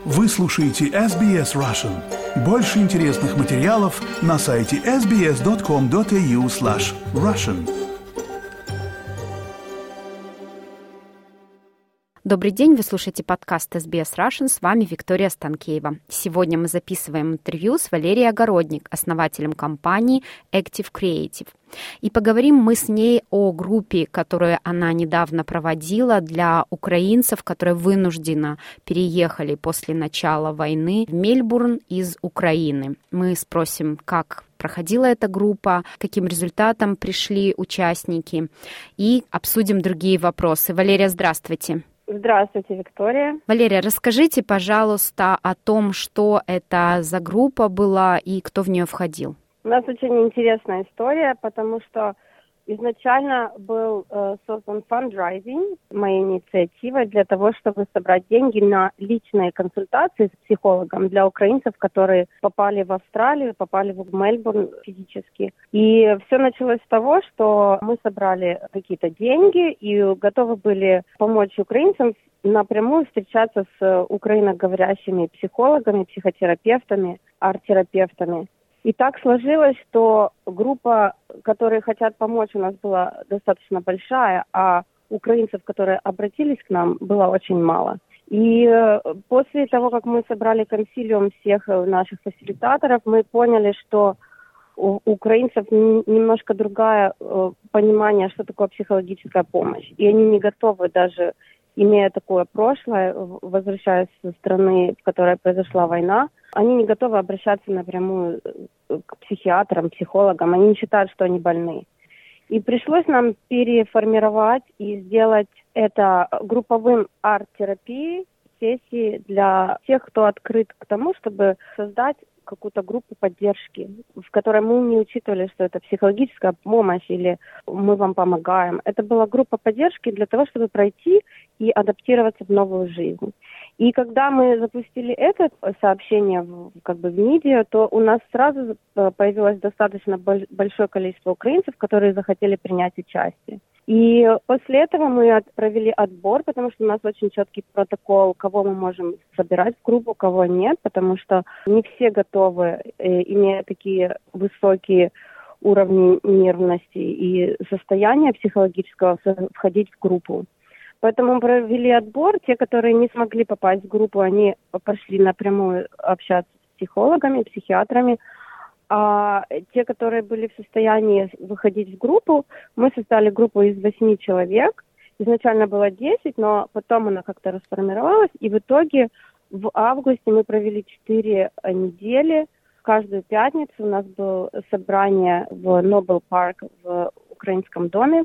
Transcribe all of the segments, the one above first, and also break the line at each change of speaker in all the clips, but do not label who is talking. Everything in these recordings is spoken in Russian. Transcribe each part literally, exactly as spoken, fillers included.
Вы слушаете эс би эс Russian. Больше интересных материалов на сайте эс би эс точка ком точка эй ю слэш Russian.
Добрый день, вы слушаете подкаст эс би эс Russian, с вами Виктория Станкеева. Сегодня мы записываем интервью с Валерией Огородник, основателем компании Active Creative. И поговорим мы с ней о группе, которую она недавно проводила для украинцев, которые вынужденно переехали после начала войны в Мельбурн из Украины. Мы спросим, как проходила эта группа, к каким результатам пришли участники, и обсудим другие вопросы. Валерия, здравствуйте.
Здравствуйте, Виктория.
Валерия, расскажите, пожалуйста, о том, что это за группа была и кто в нее входил.
У нас очень интересная история, потому что изначально был э, создан фандрайзинг, моей инициативой, для того, чтобы собрать деньги на личные консультации с психологом для украинцев, которые попали в Австралию, попали в Мельбурн физически. И все началось с того, что мы собрали какие-то деньги и готовы были помочь украинцам напрямую встречаться с украиноговорящими психологами, психотерапевтами, арт-терапевтами. И так сложилось, что группа, которые хотят помочь, у нас была достаточно большая, а украинцев, которые обратились к нам, было очень мало. И после того, как мы собрали консилиум всех наших фасилитаторов, мы поняли, что у украинцев немножко другое понимание, что такое психологическая помощь. И они не готовы даже, имея такое прошлое, возвращаясь со страны, в которой произошла война, они не готовы обращаться напрямую к психиатрам, психологам. Они не считают, что они больны. И пришлось нам переформировать и сделать это групповым арт-терапией, сессии для тех, кто открыт к тому, чтобы создать какую-то группу поддержки, в которой мы не учитывали, что это психологическая помощь или мы вам помогаем. Это была группа поддержки для того, чтобы пройти и адаптироваться в новую жизнь. И когда мы запустили это сообщение в, как бы в медиа, то у нас сразу появилось достаточно большое количество украинцев, которые захотели принять участие. И после этого мы провели отбор, потому что у нас очень четкий протокол, кого мы можем собирать в группу, кого нет, потому что не все готовы, имея такие высокие уровни нервности и состояния психологического, входить в группу. Поэтому мы провели отбор. Те, которые не смогли попасть в группу, они пошли напрямую общаться с психологами, психиатрами. А те, которые были в состоянии выходить в группу, мы создали группу из восьми человек. Изначально было десять, но потом она как-то расформировалась. И в итоге в августе мы провели четыре недели. Каждую пятницу у нас было собрание в Нобел Парк в Украинском доме,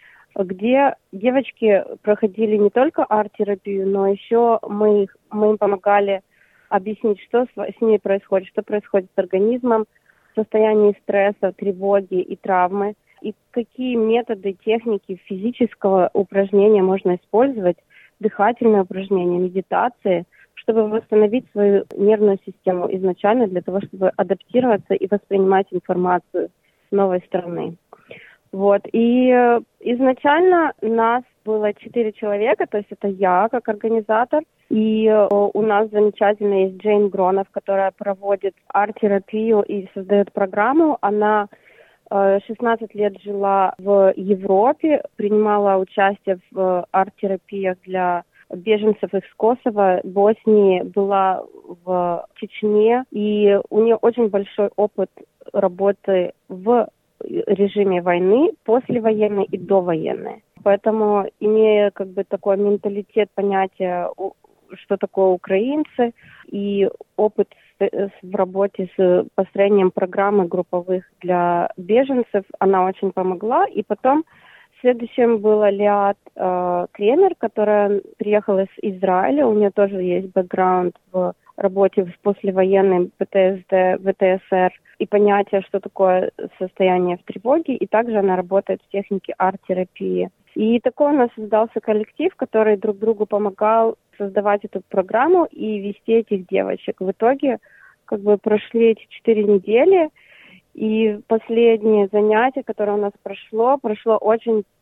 где девочки проходили не только арт-терапию, но еще мы, их, мы им помогали объяснить, что с, с ней происходит, что происходит с организмом в состоянии стресса, тревоги и травмы, и какие методы, техники физического упражнения можно использовать, дыхательные упражнения, медитации, чтобы восстановить свою нервную систему изначально для того, чтобы адаптироваться и воспринимать информацию новой страны. Вот. И изначально нас было четыре человека, то есть это я как организатор, и у нас замечательная есть Джейн Гронов, которая проводит арт-терапию и создает программу. Она шестнадцать лет жила в Европе, принимала участие в арт-терапиях для беженцев из Косово, Боснии, была в Чечне, и у нее очень большой опыт работы в режиме войны, послевоенной и довоенной. Поэтому, имея как бы такой менталитет, понятие, что такое украинцы, и опыт в работе с построением программы групповых для беженцев, она очень помогла. И потом следующим была Лиат э, Кремер, которая приехала из Израиля. У нее тоже есть бэкграунд в работе в послевоенной пэ тэ эс дэ, вэ тэ эс эр и понятие, что такое состояние в тревоге. И также она работает в технике арт-терапии. И такой у нас создался коллектив, который друг другу помогал создавать эту программу и вести этих девочек. В итоге как бы прошли эти четыре недели, и последнее занятие, которое у нас прошло, прошло очень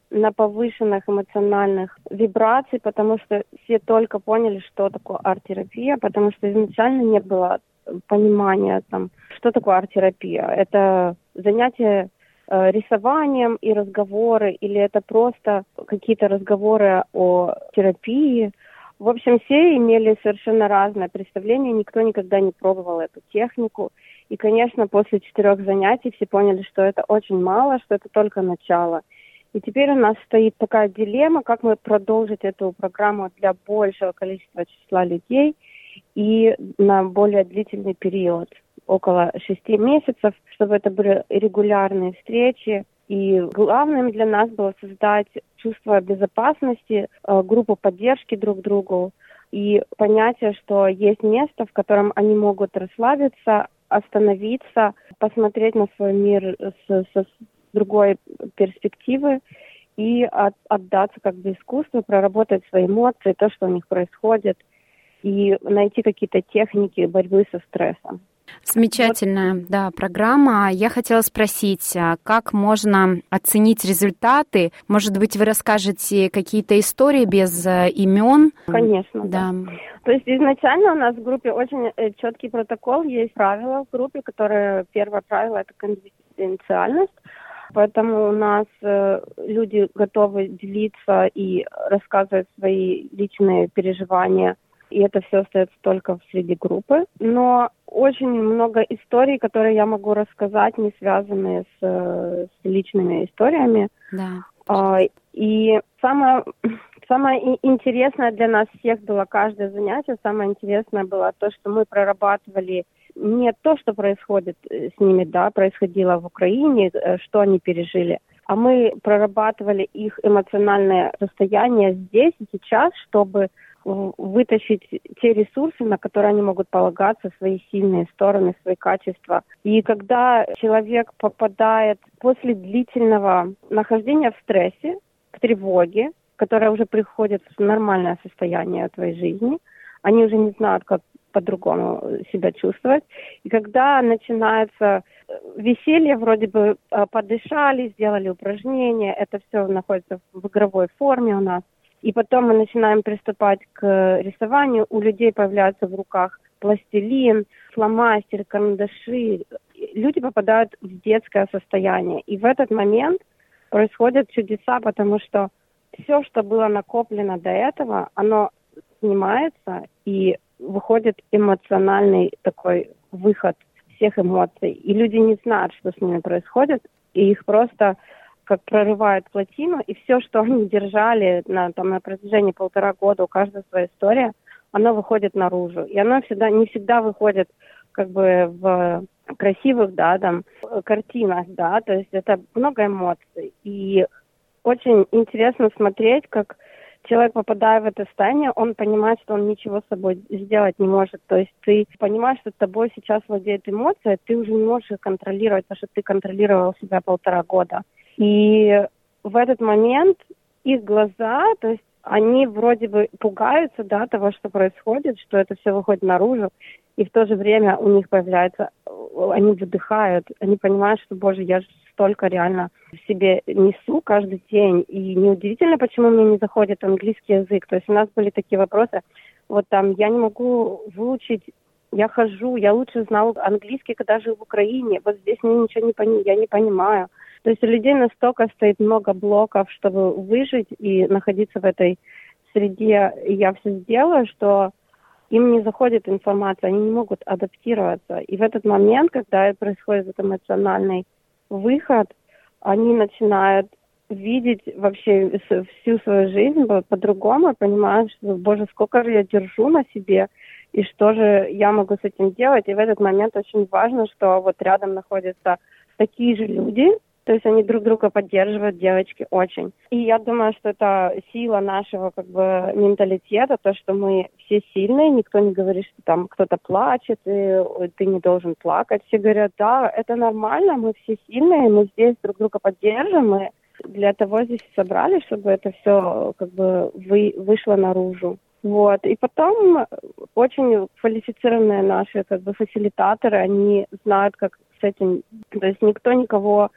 на повышенных эмоциональных вибраций, потому что все только поняли, что такое арт-терапия, потому что изначально не было понимания, там, что такое арт-терапия. Это занятие э, рисованием и разговоры, или это просто какие-то разговоры о терапии. В общем, все имели совершенно разное представление, никто никогда не пробовал эту технику. И, конечно, после четырех занятий все поняли, что это очень мало, что это только начало. И теперь у нас стоит такая дилемма, как мы продолжить эту программу для большего количества числа людей и на более длительный период, около шести месяцев, чтобы это были регулярные встречи. И главным для нас было создать чувство безопасности, группу поддержки друг другу и понятие, что есть место, в котором они могут расслабиться, остановиться, посмотреть на свой мир с, с другой перспективы и от, отдаться как бы искусству, проработать свои эмоции, то, что у них происходит, и найти какие-то техники борьбы со стрессом.
Замечательная, вот. Да, программа. Я хотела спросить, как можно оценить результаты? Может быть, вы расскажете какие-то истории без имен?
Конечно,
да.
да. То есть изначально у нас в группе очень четкий протокол, есть правила в группе, которые, первое правило – это конфиденциальность. Поэтому у нас э, люди готовы делиться и рассказывать свои личные переживания, и это все остается только среди группы. Но очень много историй, которые я могу рассказать, не связанные с, с личными историями.
Да.
А, и самое, самое интересное для нас всех было каждое занятие. Самое интересное было то, что мы прорабатывали не то, что происходит с ними, да, происходило в Украине, что они пережили, а мы прорабатывали их эмоциональное состояние здесь и сейчас, чтобы вытащить те ресурсы, на которые они могут полагаться, свои сильные стороны, свои качества. И когда человек попадает после длительного нахождения в стрессе, к тревоге, которая уже приходит в нормальное состояние твоей жизни, они уже не знают, как по-другому себя чувствовать. И когда начинается веселье, вроде бы подышали, сделали упражнения, это все находится в игровой форме у нас. И потом мы начинаем приступать к рисованию. У людей появляются в руках пластилин, фломастеры, карандаши. Люди попадают в детское состояние. И в этот момент происходят чудеса, потому что все, что было накоплено до этого, оно снимается, и выходит эмоциональный такой выход всех эмоций. И люди не знают, что с ними происходит, и их просто как прорывает плотину, и все, что они держали на, там, на протяжении полтора года, у каждой своя история, оно выходит наружу. И оно всегда, не всегда выходит как бы в красивых, да, там, картинах, да, то есть это много эмоций. И очень интересно смотреть, как человек, попадая в это состояние, он понимает, что он ничего с собой сделать не может. То есть ты понимаешь, что тобой сейчас владеет эмоция, ты уже не можешь их контролировать, потому что ты контролировал себя полтора года. И в этот момент их глаза, то есть они вроде бы пугаются, да, того, что происходит, что это все выходит наружу, и в то же время у них появляется, они выдыхают, они понимают, что, боже, я же столько реально в себе несу каждый день, и неудивительно, почему мне не заходит английский язык. То есть у нас были такие вопросы, вот там, я не могу выучить, я хожу, я лучше знал английский, когда жил в Украине, вот здесь мне ничего не пони, я не понимаю. То есть у людей настолько стоит много блоков, чтобы выжить и находиться в этой среде. И я все сделаю, что им не заходит информация, они не могут адаптироваться. И в этот момент, когда происходит этот эмоциональный выход, они начинают видеть вообще всю свою жизнь по-другому, понимают, что, боже, сколько же я держу на себе, и что же я могу с этим делать. И в этот момент очень важно, что вот рядом находятся такие же люди, то есть они друг друга поддерживают, девочки, очень. И я думаю, что это сила нашего как бы менталитета, то, что мы все сильные, никто не говорит, что там кто-то плачет, и ты не должен плакать. Все говорят, да, это нормально, мы все сильные, мы здесь друг друга поддержим, мы для того здесь собрались, чтобы это все как бы вы, вышло наружу. Вот. И потом очень квалифицированные наши как бы фасилитаторы, они знают, как с этим, то есть никто никого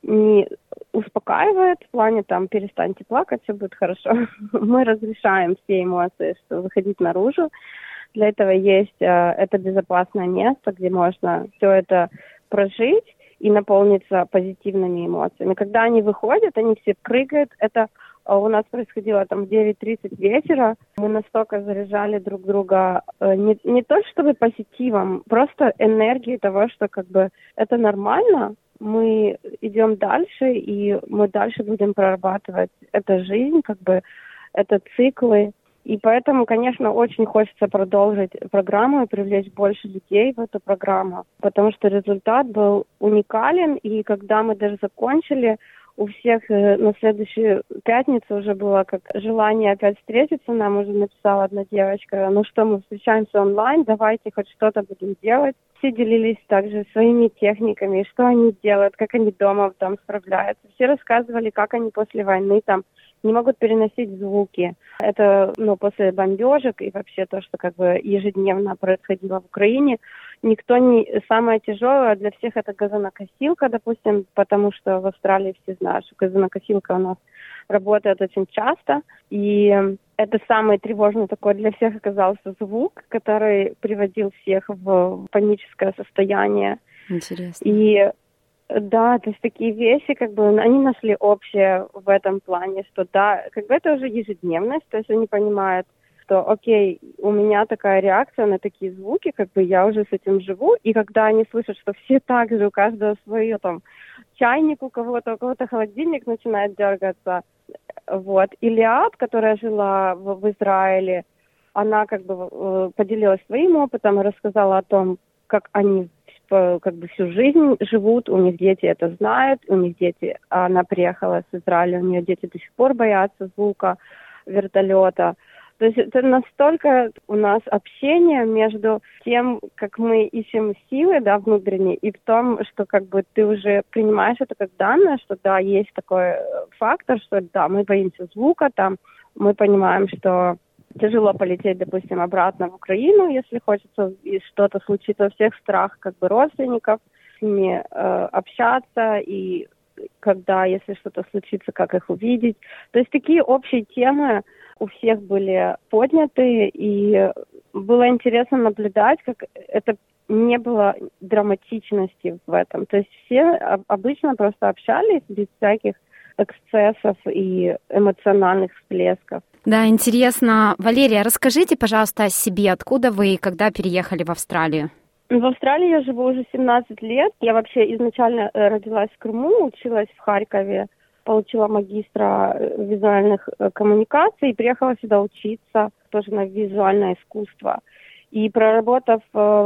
не успокаивает в плане там перестаньте плакать, все будет хорошо. Мы разрешаем все эмоции, что выходить наружу. Для этого есть э, это безопасное место, где можно все это прожить и наполниться позитивными эмоциями. Когда они выходят, они все прыгают. Это э, у нас происходило там в девять тридцать вечера. Мы настолько заряжали друг друга э, не, не то чтобы позитивом, просто энергией того, что как бы это нормально. Мы идем дальше, и мы дальше будем прорабатывать эту жизнь, как бы это циклы. И поэтому, конечно, очень хочется продолжить программу и привлечь больше людей в эту программу, потому что результат был уникален, и когда мы даже закончили, у всех на следующую пятницу уже было как желание опять встретиться. Нам уже написала одна девочка: ну что, мы встречаемся онлайн, давайте хоть что-то будем делать. Все делились также своими техниками, что они делают, как они дома там справляются. Все рассказывали, как они после войны там не могут переносить звуки. Это, ну, после бомбежек и вообще то, что как бы ежедневно происходило в Украине. Никто не... Самое тяжелое для всех это газонокосилка, допустим, потому что в Австралии все знают, что газонокосилка у нас работает очень часто. И это самый тревожный такой для всех оказался звук, который приводил всех в паническое состояние.
Интересно.
И да, то есть такие вещи, как бы, они нашли общее в этом плане, что да, как бы это уже ежедневность, то есть они понимают, что окей, у меня такая реакция на такие звуки, как бы я уже с этим живу, и когда они слышат, что все так же, у каждого свое там чайник, у кого-то, у кого-то холодильник начинает дергаться, вот. И Лиад, которая жила в, в Израиле, она как бы поделилась своим опытом и рассказала о том, как они как бы всю жизнь живут, у них дети это знают, у них дети, она приехала с Израиля, у нее дети до сих пор боятся звука вертолета. То есть это настолько у нас общение между тем, как мы ищем силы, да, внутренние, и в том, что как бы ты уже принимаешь это как данное, что да, есть такой фактор, что да, мы боимся звука, там мы понимаем, что тяжело полететь, допустим, обратно в Украину, если хочется, и что-то случится, у всех страх как бы родственников, с ними э, общаться, и когда, если что-то случится, как их увидеть. То есть такие общие темы у всех были подняты, и было интересно наблюдать, как это не было драматичности в этом. То есть все обычно просто общались без всяких эксцессов и эмоциональных всплесков.
Да, интересно. Валерия, расскажите, пожалуйста, о себе. Откуда вы и когда переехали в Австралию?
В Австралии я живу уже семнадцать лет. Я вообще изначально родилась в Крыму, училась в Харькове, получила магистра визуальных коммуникаций и приехала сюда учиться тоже на визуальное искусство. И проработав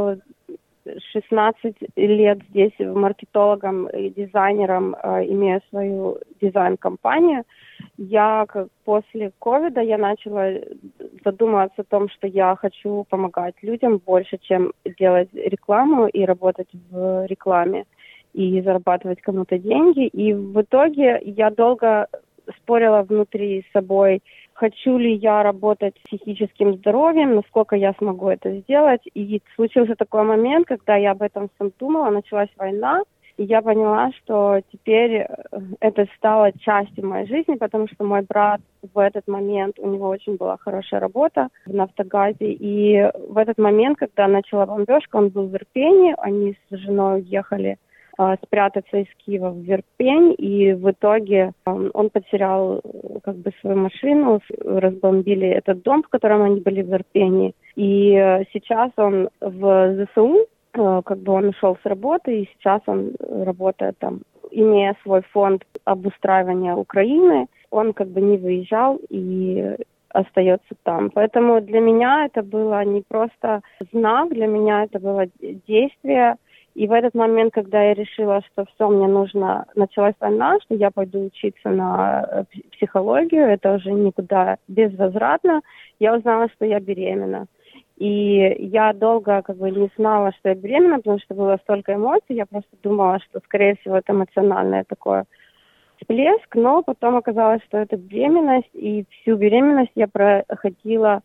шестнадцать лет здесь маркетологом и дизайнером, имея свою дизайн-компанию, я как после ковида я начала задумываться о том, что я хочу помогать людям больше, чем делать рекламу и работать в рекламе и зарабатывать кому-то деньги. И в итоге я долго спорила внутри с собой, хочу ли я работать с психическим здоровьем, насколько я смогу это сделать. И случился такой момент, когда я об этом всем думала, началась война, и я поняла, что теперь это стало частью моей жизни, потому что мой брат в этот момент, у него очень была хорошая работа в Нафтогазе, и в этот момент, когда начала бомбежка, он был в Ирпене, они с женой уехали спрятаться из Киева в Ирпень, и в итоге он потерял как бы свою машину, разбомбили этот дом, в котором они были в Ирпени. И сейчас он в ЗСУ, как бы он ушел с работы, и сейчас он работает там, имея свой фонд обустраивания Украины, он как бы не выезжал и остается там. Поэтому для меня это было не просто знак, для меня это было действие. И в этот момент, когда я решила, что все, мне нужно, началась война, что я пойду учиться на психологию, это уже никуда безвозвратно, я узнала, что я беременна. И я долго как бы не знала, что я беременна, потому что было столько эмоций, я просто думала, что, скорее всего, это эмоциональное такое всплеск, но потом оказалось, что это беременность, и всю беременность я проходила,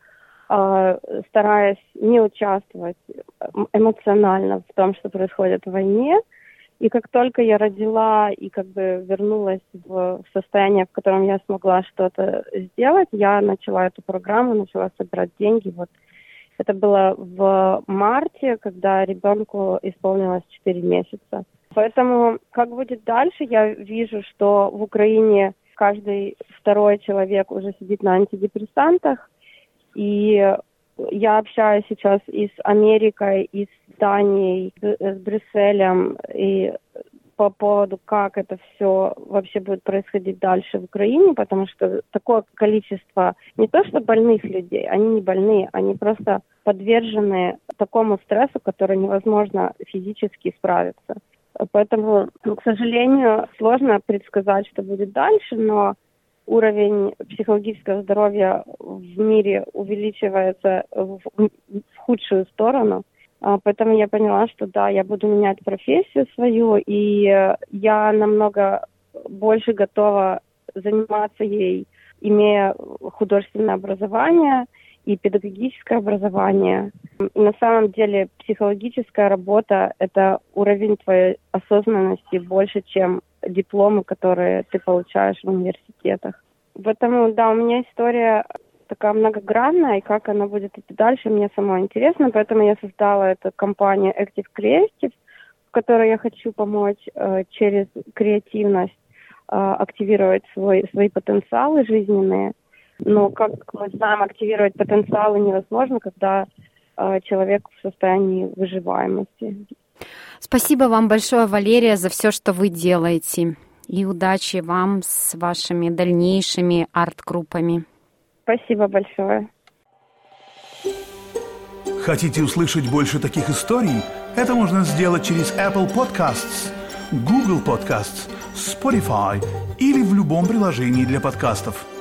стараясь не участвовать эмоционально в том, что происходит в войне. И как только я родила и как бы вернулась в состояние, в котором я смогла что-то сделать, я начала эту программу, начала собирать деньги. Вот это было в марте, когда ребенку исполнилось четыре месяца. Поэтому как будет дальше, я вижу, что в Украине каждый второй человек уже сидит на антидепрессантах, и я общаюсь сейчас и с Америкой, и с Данией, с Брюсселем, и по поводу, как это все вообще будет происходить дальше в Украине, потому что такое количество не то что больных людей, они не больные, они просто подвержены такому стрессу, который невозможно физически справиться. Поэтому, к сожалению, сложно предсказать, что будет дальше, но уровень психологического здоровья в мире увеличивается в, в худшую сторону. Поэтому я поняла, что да, я буду менять профессию свою, и я намного больше готова заниматься ей, имея художественное образование и педагогическое образование. И на самом деле психологическая работа – это уровень твоей осознанности больше, чем дипломы, которые ты получаешь в университетах. Поэтому, да, у меня история такая многогранная, и как она будет идти дальше, мне самой интересно. Поэтому я создала эту компанию Active Creative, в которой я хочу помочь э, через креативность э, активировать свой, свои потенциалы жизненные. Но, как мы знаем, активировать потенциалы невозможно, когда э, человек в состоянии выживаемости.
Спасибо вам большое, Валерия, за все, что вы делаете. И удачи вам с вашими дальнейшими арт-группами.
Спасибо большое.
Хотите услышать больше таких историй? Это можно сделать через Apple Podcasts, Google Podcasts, Spotify или в любом приложении для подкастов.